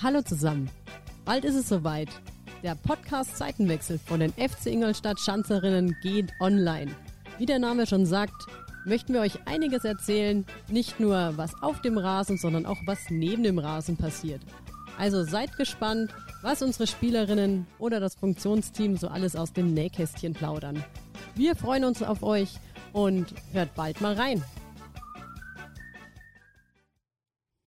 Hallo zusammen. Bald ist es soweit. Der Podcast Seitenwechsel von den FC Ingolstadt Schanzerinnen geht online. Wie der Name schon sagt, möchten wir euch einiges erzählen. Nicht nur was auf dem Rasen, sondern auch was neben dem Rasen passiert. Also seid gespannt, was unsere Spielerinnen oder das Funktionsteam so alles aus dem Nähkästchen plaudern. Wir freuen uns auf euch und hört bald mal rein.